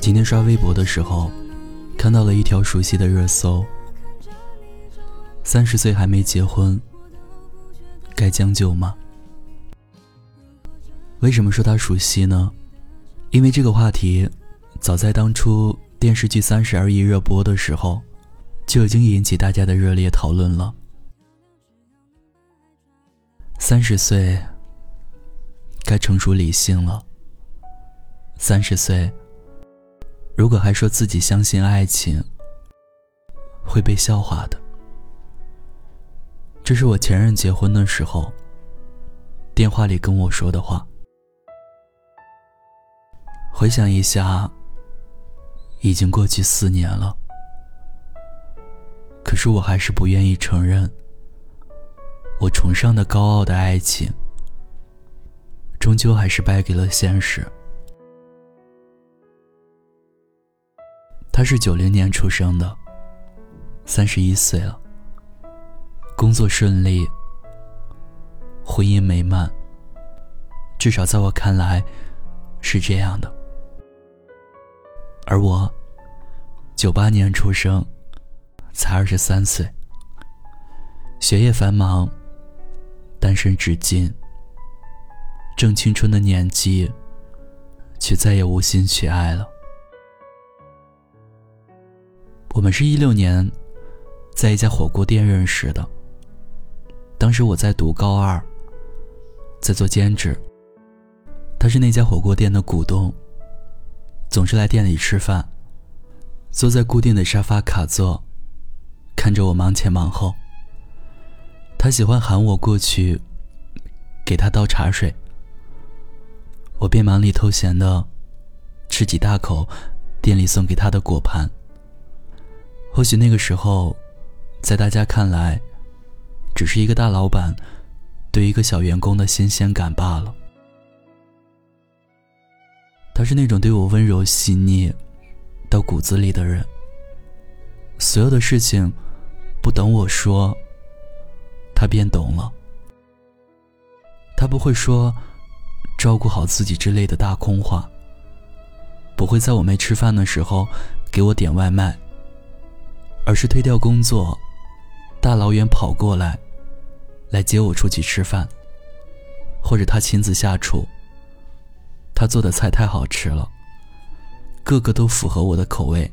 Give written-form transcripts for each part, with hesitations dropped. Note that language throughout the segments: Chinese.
今天刷微博的时候，看到了一条熟悉的热搜：30岁还没结婚，该将就吗？为什么说它熟悉呢？因为这个话题早在当初电视剧《30而已》热播的时候，就已经引起大家的热烈讨论了。30岁该成熟理性了。30岁如果还说自己相信爱情，会被笑话的。这是我前任结婚的时候电话里跟我说的话。回想一下，已经过去4年了，可是我还是不愿意承认，我崇尚的高傲的爱情终究还是败给了现实。他是90年出生的，31岁了，工作顺利，婚姻美满，至少在我看来是这样的。而我98年出生，才23岁，学业繁忙，单身至今，正青春的年纪，却再也无心去爱了。我们是16年在一家火锅店认识的，当时我在读高2，在做兼职，他是那家火锅店的股东，总是来店里吃饭，坐在固定的沙发卡座，看着我忙前忙后。他喜欢喊我过去给他倒茶水，我便忙里偷闲的吃几大口店里送给他的果盘。或许那个时候在大家看来只是一个大老板对一个小员工的新鲜感罢了。他是那种对我温柔细腻到骨子里的人，所有的事情不等我说他便懂了。他不会说照顾好自己之类的大空话，不会在我没吃饭的时候给我点外卖，而是推掉工作，大老远跑过来接我出去吃饭，或者他亲自下厨。他做的菜太好吃了，个个都符合我的口味。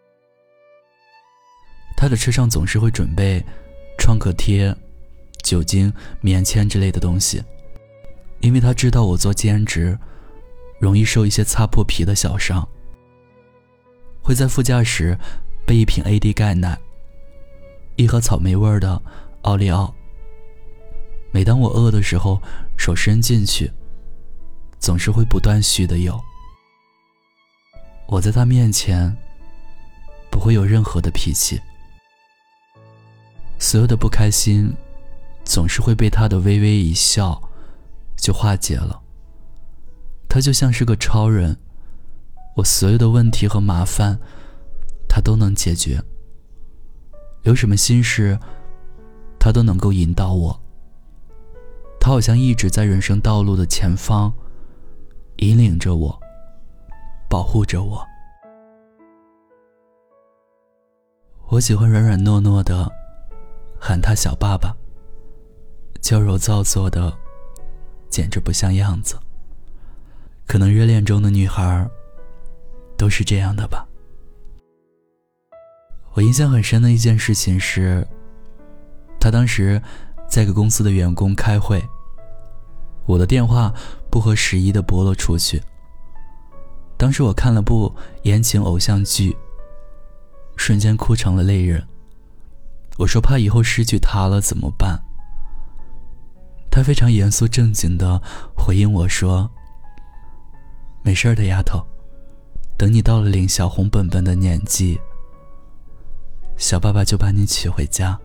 他的车上总是会准备创可贴、酒精、棉签之类的东西，因为他知道我做兼职容易受一些擦破皮的小伤。会在副驾驶备一瓶 AD 钙奶，一盒草莓味的奥利奥。每当我饿的时候，手伸进去，总是会不断续的有。我在他面前不会有任何的脾气，所有的不开心总是会被他的微微一笑就化解了。他就像是个超人，我所有的问题和麻烦他都能解决，有什么心事他都能够引导我。他好像一直在人生道路的前方引领着我，保护着我。我喜欢软软糯糯的喊他小爸爸，娇柔造作的简直不像样子。可能热恋中的女孩都是这样的吧。我印象很深的一件事情是，他当时在给公司的员工开会，我的电话不合时宜地拨了出去。当时我看了部言情偶像剧，瞬间哭成了泪人。我说怕以后失去他了怎么办？他非常严肃正经地回应我说，没事的丫头，等你到了领小红本本的年纪，小爸爸就把你娶回家。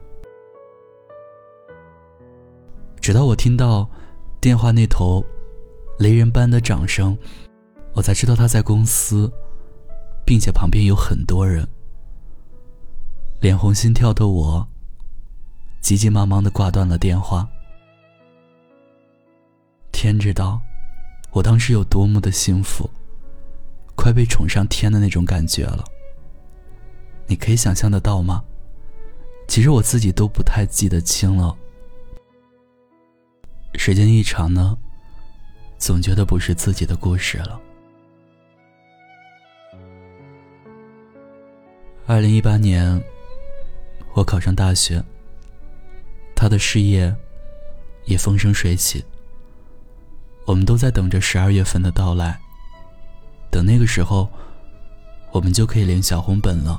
直到我听到电话那头雷人般的掌声，我才知道他在公司，并且旁边有很多人。脸红心跳的我急急忙忙地挂断了电话。天知道我当时有多么的幸福， 快被宠上天的那种感觉了。你可以想象得到吗？其实我自己都不太记得清了。时间一长呢，总觉得不是自己的故事了。2018年，我考上大学，他的事业也风生水起。我们都在等着12月份的到来，等那个时候，我们就可以领小红本了。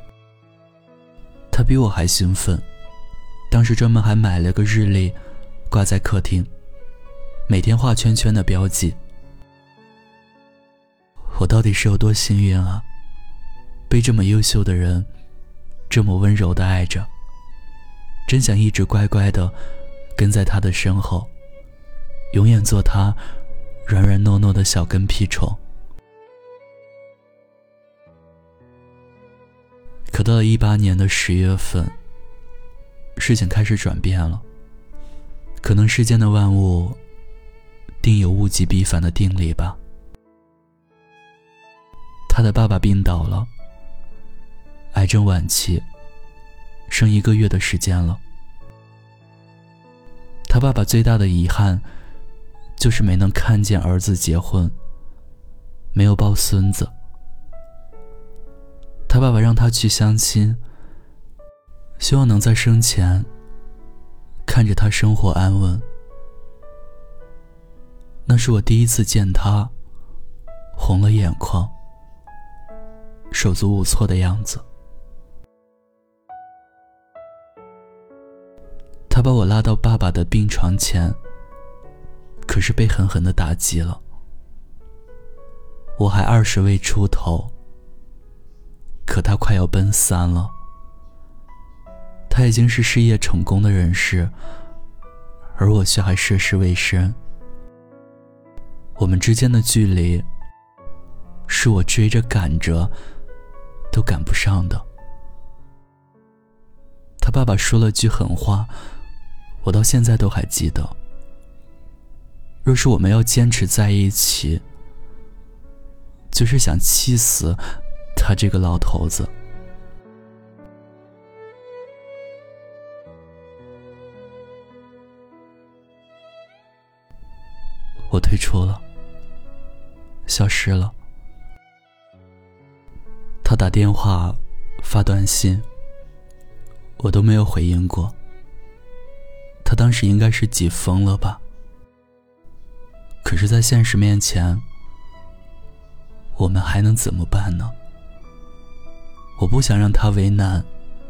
他比我还兴奋，当时专门还买了个日历挂在客厅，每天画圈圈的标记。我到底是有多幸运啊，被这么优秀的人这么温柔地爱着，真想一直乖乖地跟在他的身后，永远做他软软糯糯的小跟屁虫。可到了18年的10月份，事情开始转变了。可能世间的万物定有物极必反的定理吧。他的爸爸病倒了，癌症晚期，剩1个月的时间了。他爸爸最大的遗憾就是没能看见儿子结婚，没有抱孙子。他爸爸让他去相亲，希望能在生前看着他生活安稳。那是我第一次见他红了眼眶，手足无措的样子。他把我拉到爸爸的病床前，可是被狠狠地打击了。我还20未出头，可他快要奔3了。他已经是事业成功的人士，而我却还涉世未深。我们之间的距离，是我追着赶着都赶不上的。他爸爸说了句狠话，我到现在都还记得。若是我们要坚持在一起，就是想气死他这个老头子。我退出了，消失了。他打电话发短信，我都没有回应过。他当时应该是急疯了吧。可是在现实面前，我们还能怎么办呢？我不想让他为难。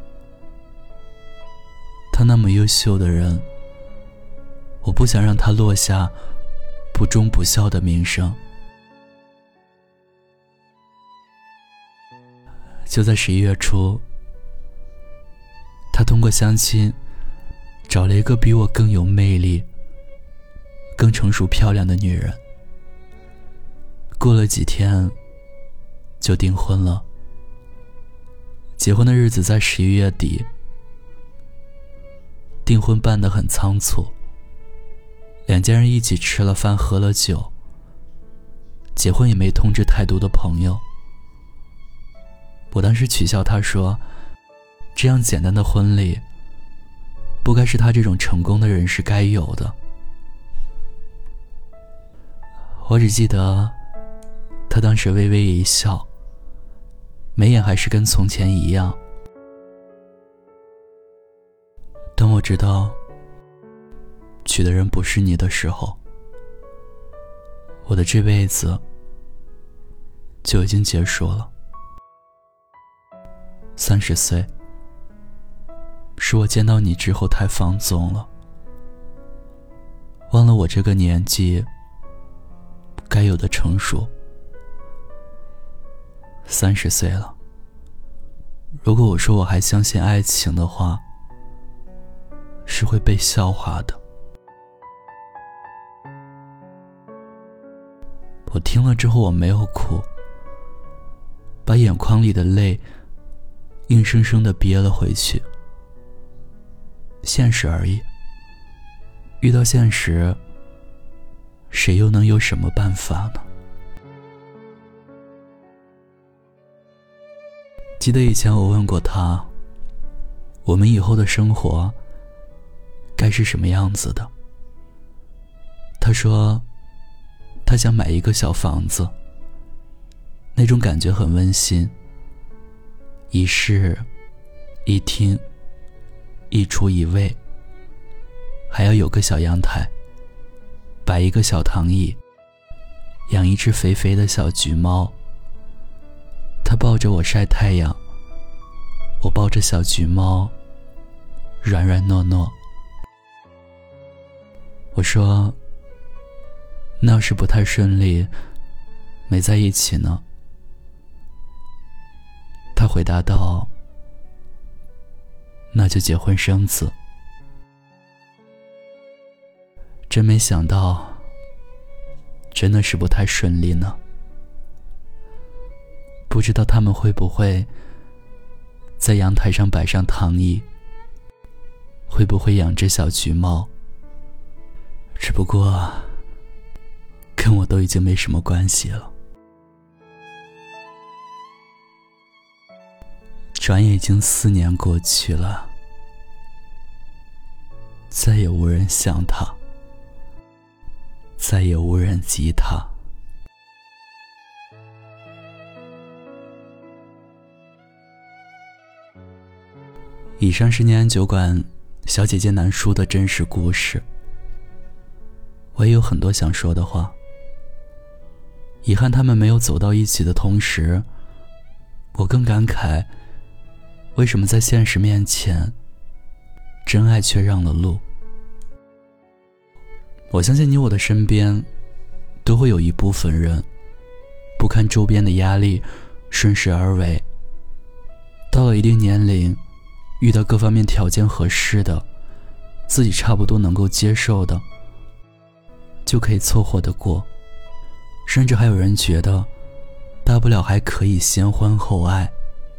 他那么优秀的人，我不想让他落下不忠不孝的名声。就在11月初，他通过相亲找了一个比我更有魅力、更成熟漂亮的女人。过了几天就订婚了。结婚的日子在11月底，订婚办得很仓促，两家人一起吃了饭喝了酒，结婚也没通知太多的朋友。我当时取笑他说，这样简单的婚礼不该是他这种成功的人士该有的。我只记得他当时微微一笑，眉眼还是跟从前一样。当我知道娶的人不是你的时候，我的这辈子就已经结束了。30岁，是我见到你之后太放纵了，忘了我这个年纪该有的成熟。30岁了，如果我说我还相信爱情的话，是会被笑话的。我听了之后我没有哭，把眼眶里的泪硬生生地憋了回去。现实而已，遇到现实，谁又能有什么办法呢？ 记得以前我问过他，我们以后的生活该是什么样子的。他说他想买一个小房子，那种感觉很温馨，一室一厅一厨一卫，还要有个小阳台，摆一个小躺椅，养一只肥肥的小橘猫。他抱着我晒太阳，我抱着小橘猫软软糯糯。我说那要是不太顺利没在一起呢？他回答道，那就结婚生子。真没想到，真的是不太顺利呢。不知道他们会不会在阳台上摆上躺椅，会不会养只小橘猫。只不过跟我都已经没什么关系了。转眼已经4年过去了，再也无人想他，再也无人及他。以上是念安酒馆小姐姐南书的真实故事。我也有很多想说的话，遗憾他们没有走到一起的同时，我更感慨为什么在现实面前真爱却让了路。我相信你我的身边都会有一部分人不堪周边的压力，顺势而为，到了一定年龄，遇到各方面条件合适的，自己差不多能够接受的，就可以凑合得过。甚至还有人觉得大不了还可以先欢后爱。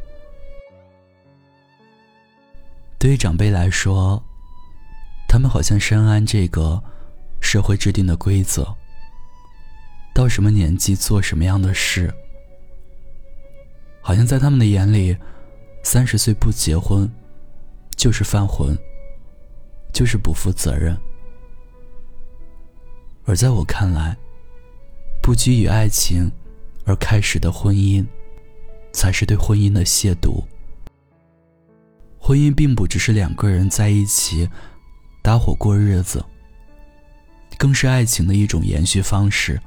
对于长辈来说，他们好像深谙这个社会制定的规则，到什么年纪做什么样的事。好像在他们的眼里，30岁不结婚就是犯浑，就是不负责任。而在我看来，不基于爱情而开始的婚姻，才是对婚姻的亵渎。婚姻并不只是2个人在一起搭伙过日子，更是爱情的一种延续方式。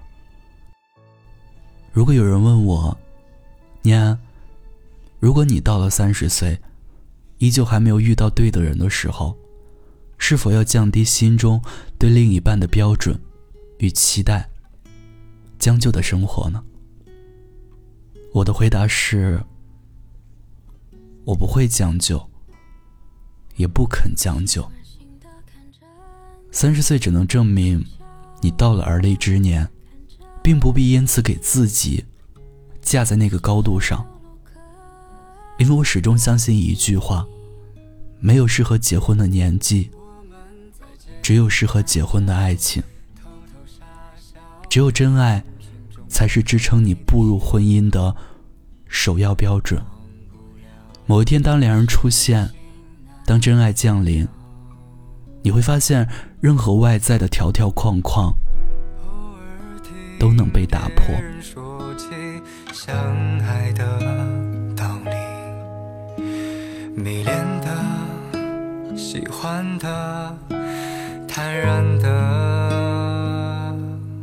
如果有人问我，念安，如果你到了30岁，依旧还没有遇到对的人的时候，是否要降低心中对另一半的标准与期待，将就的生活呢？我的回答是，我不会将就，也不肯将就。30岁只能证明你到了而立之年，并不必因此给自己架在那个高度上。因为我始终相信一句话，没有适合结婚的年纪，只有适合结婚的爱情。只有真爱才是支撑你步入婚姻的首要标准。某一天当2人出现，当真爱降临，你会发现任何外在的条条框框都能被打破。 说起相爱的道理，迷恋的，喜欢的，坦然的，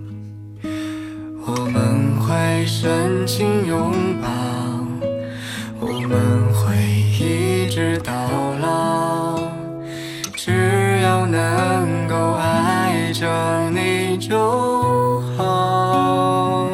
我们会深情拥抱，我们会一直到老，只要能够爱着你就好。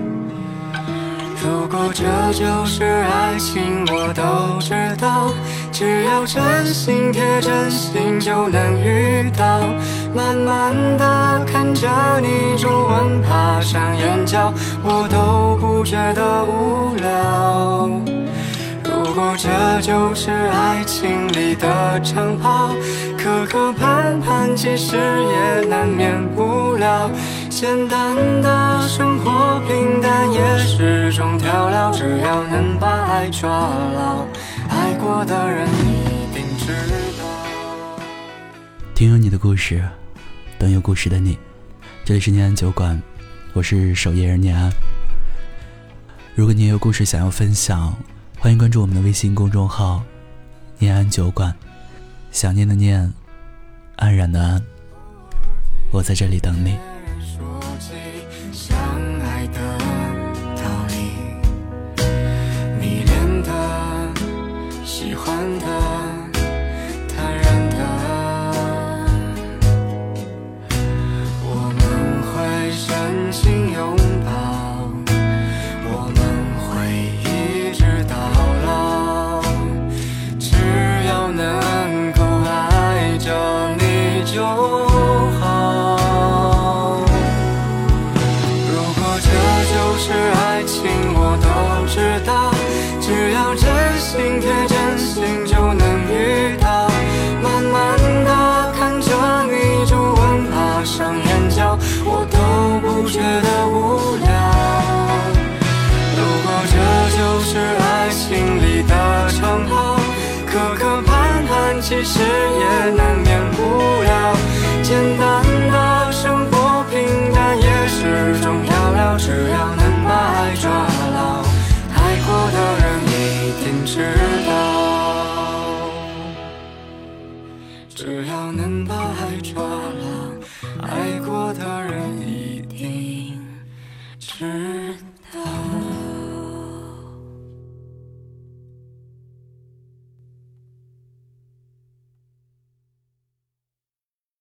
如果这就是爱情，我都知道，只要真心贴真心就能遇到。慢慢的看着你皱纹爬上眼角，我都不觉得无聊。如果这就是爱情里的长跑，磕磕绊绊其实也难免不了，简单的生活平淡也是种调料，只要能把爱抓牢，爱过的人一定知道。 听有你的故事，等有故事的你。这里是念安酒馆，我是守夜人念安。如果你也有故事想要分享，欢迎关注我们的微信公众号念安酒馆，想念的念，安然的安，我在这里等你。 说起相爱的道理，迷恋的、喜欢的、坦然的，我们会深情拥抱，我们会一直到老，只要能够爱着你就好。如果这就是爱情，我都知道，只要真心贴真心就能遇到，慢慢的看着你皱纹爬上眼角，我都不觉得无聊。如果这就是爱情里的长跑，磕磕绊绊其实也难免不了，简单的生活平淡也是种调料，只要能把爱抓牢，爱过的人一定知道，只要能把爱抓牢，爱过的人一定知道。